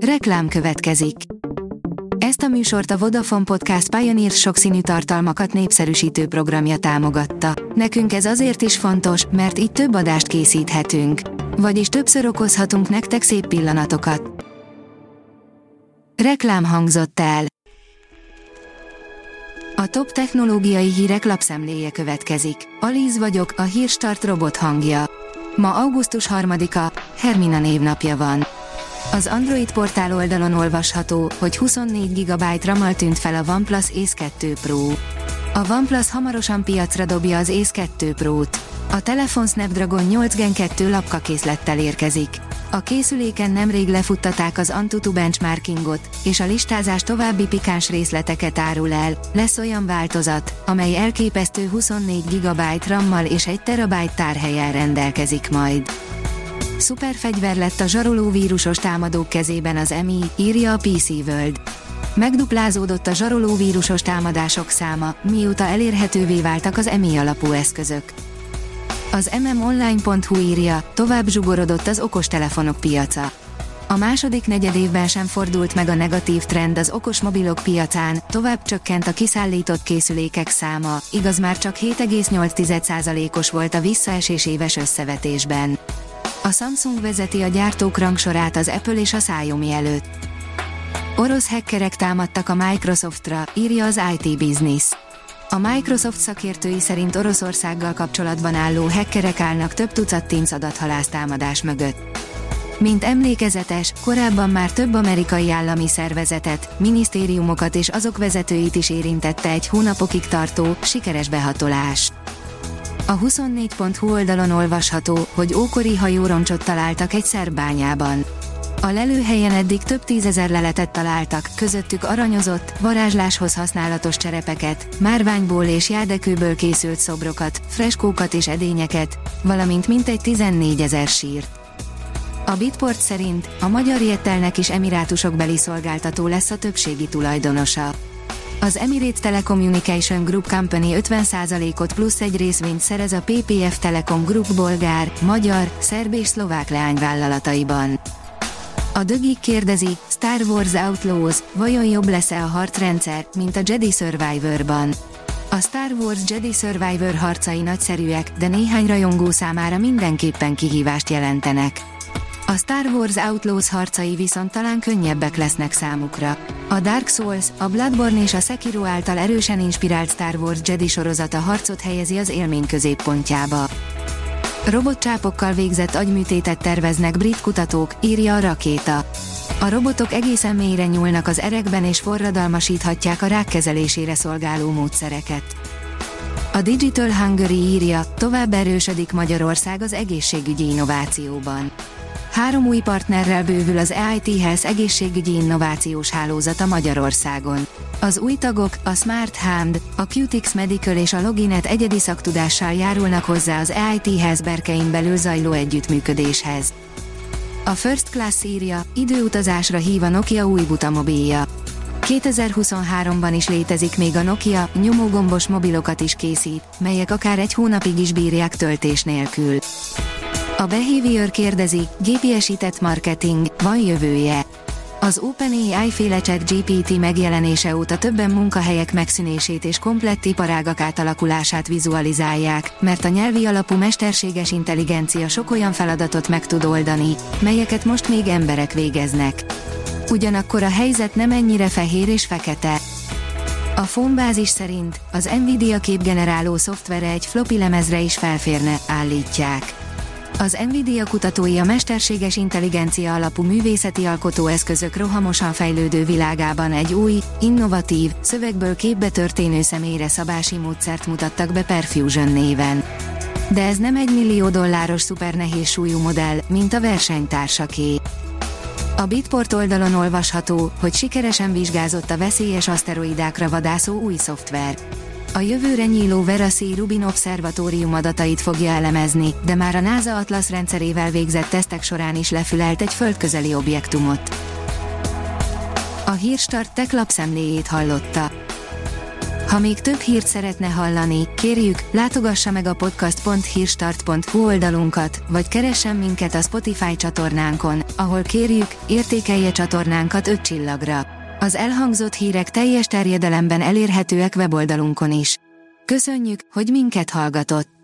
Reklám következik. Ezt a műsort a Vodafone Podcast Pioneer sokszínű tartalmakat népszerűsítő programja támogatta. Nekünk ez azért is fontos, mert így több adást készíthetünk. Vagyis többször okozhatunk nektek szép pillanatokat. Reklám hangzott el. A top technológiai hírek lapszemléje következik. Alíz vagyok, a Hírstart robot hangja. Ma augusztus 3-a, Hermina névnapja van. Az Android portál oldalon olvasható, hogy 24 GB RAM-mal tűnt fel a OnePlus Ace 2 Pro. A OnePlus hamarosan piacra dobja az Ace 2 Pro-t. A telefon Snapdragon 8 Gen 2 lapkakészlettel érkezik. A készüléken nemrég lefuttatták az Antutu benchmarkingot, és a listázás további pikáns részleteket árul el. Lesz olyan változat, amely elképesztő 24 GB RAM-mal és 1 TB tárhellyel rendelkezik majd. Szuperfegyver lett a zsaroló vírusos támadók kezében az MI, írja a PC World. Megduplázódott a zsaroló vírusos támadások száma, mióta elérhetővé váltak az MI alapú eszközök. Az mmonline.hu írja, tovább zsugorodott az okostelefonok piaca. A második negyedévben sem fordult meg a negatív trend az okos mobilok piacán, tovább csökkent a kiszállított készülékek száma, igaz már csak 7,8%-os volt a visszaesés éves összevetésben. A Samsung vezeti a gyártók rangsorát az Apple és a Xiaomi előtt. Orosz hackerek támadtak a Microsoftra, írja az IT Business. A Microsoft szakértői szerint Oroszországgal kapcsolatban álló hackerek állnak több tucat Teams adathalásztámadás mögött. Mint emlékezetes, korábban már több amerikai állami szervezetet, minisztériumokat és azok vezetőit is érintette egy hónapokig tartó, sikeres behatolás. A 24.hu oldalon olvasható, hogy ókori hajóroncsot találtak egy szerb bányában. A lelőhelyen eddig több tízezer leletet találtak, közöttük aranyozott, varázsláshoz használatos cserepeket, márványból és járdekőből készült szobrokat, freskókat és edényeket, valamint mintegy 14 000 sírt. A Bitport szerint a magyar Jettelnek is emirátusokbeli szolgáltató lesz a többségi tulajdonosa. Az Emirates Telecommunication Group Company 50%-ot plusz egy részvényt szerez a PPF Telecom Group bolgár, magyar, szerb és szlovák leányvállalataiban. A The Geek kérdezi, Star Wars Outlaws, vajon jobb lesz-e a harcrendszer, mint a Jedi Survivorban? A Star Wars Jedi Survivor harcai nagyszerűek, de néhány rajongó számára mindenképpen kihívást jelentenek. A Star Wars Outlaws harcai viszont talán könnyebbek lesznek számukra. A Dark Souls, a Bloodborne és a Sekiro által erősen inspirált Star Wars Jedi sorozat a harcot helyezi az élmény középpontjába. Robotcsápokkal végzett agyműtétet terveznek brit kutatók, írja a Rakéta. A robotok egészen mélyre nyúlnak az erekben és forradalmasíthatják a rák kezelésére szolgáló módszereket. A Digital Hungary írja, tovább erősödik Magyarország az egészségügyi innovációban. 3 új partnerrel bővül az EIT Health egészségügyi innovációs hálózata Magyarországon. Az új tagok, a Smart Hand, a Qtix Medical és a Loginet egyedi szaktudással járulnak hozzá az EIT Health berkein belül zajló együttműködéshez. A First Class írja, időutazásra hív a Nokia új butamobilja. 2023-ban is létezik még a Nokia, nyomógombos mobilokat is készít, melyek akár egy hónapig is bírják töltés nélkül. A Behavior kérdezi, gépiesített marketing, van jövője? Az OpenAI-féle ChatGPT megjelenése óta többen munkahelyek megszűnését és komplett iparágak átalakulását vizualizálják, mert a nyelvi alapú mesterséges intelligencia sok olyan feladatot meg tud oldani, melyeket most még emberek végeznek. Ugyanakkor a helyzet nem ennyire fehér és fekete. A Phonebasis szerint az Nvidia képgeneráló szoftvere egy floppy lemezre is felférne, állítják. Az Nvidia kutatói a mesterséges intelligencia alapú művészeti alkotóeszközök rohamosan fejlődő világában egy új, innovatív, szövegből képbe történő személyre szabási módszert mutattak be Perfusion néven. De ez nem $1 millió szupernehéz súlyú modell, mint a versenytársaké. A Bitport oldalon olvasható, hogy sikeresen vizsgázott a veszélyes aszteroidákra vadászó új szoftver. A jövőre nyíló Vera C. Rubin Obszervatórium adatait fogja elemezni, de már a NASA Atlas rendszerével végzett tesztek során is lefülelt egy földközeli objektumot. A Hírstart tech lapszemléjét hallotta. Ha még több hírt szeretne hallani, kérjük, látogassa meg a podcast.hírstart.hu oldalunkat, vagy keressen minket a Spotify csatornánkon, ahol kérjük, értékelje csatornánkat 5 csillagra. Az elhangzott hírek teljes terjedelemben elérhetőek weboldalunkon is. Köszönjük, hogy minket hallgatott!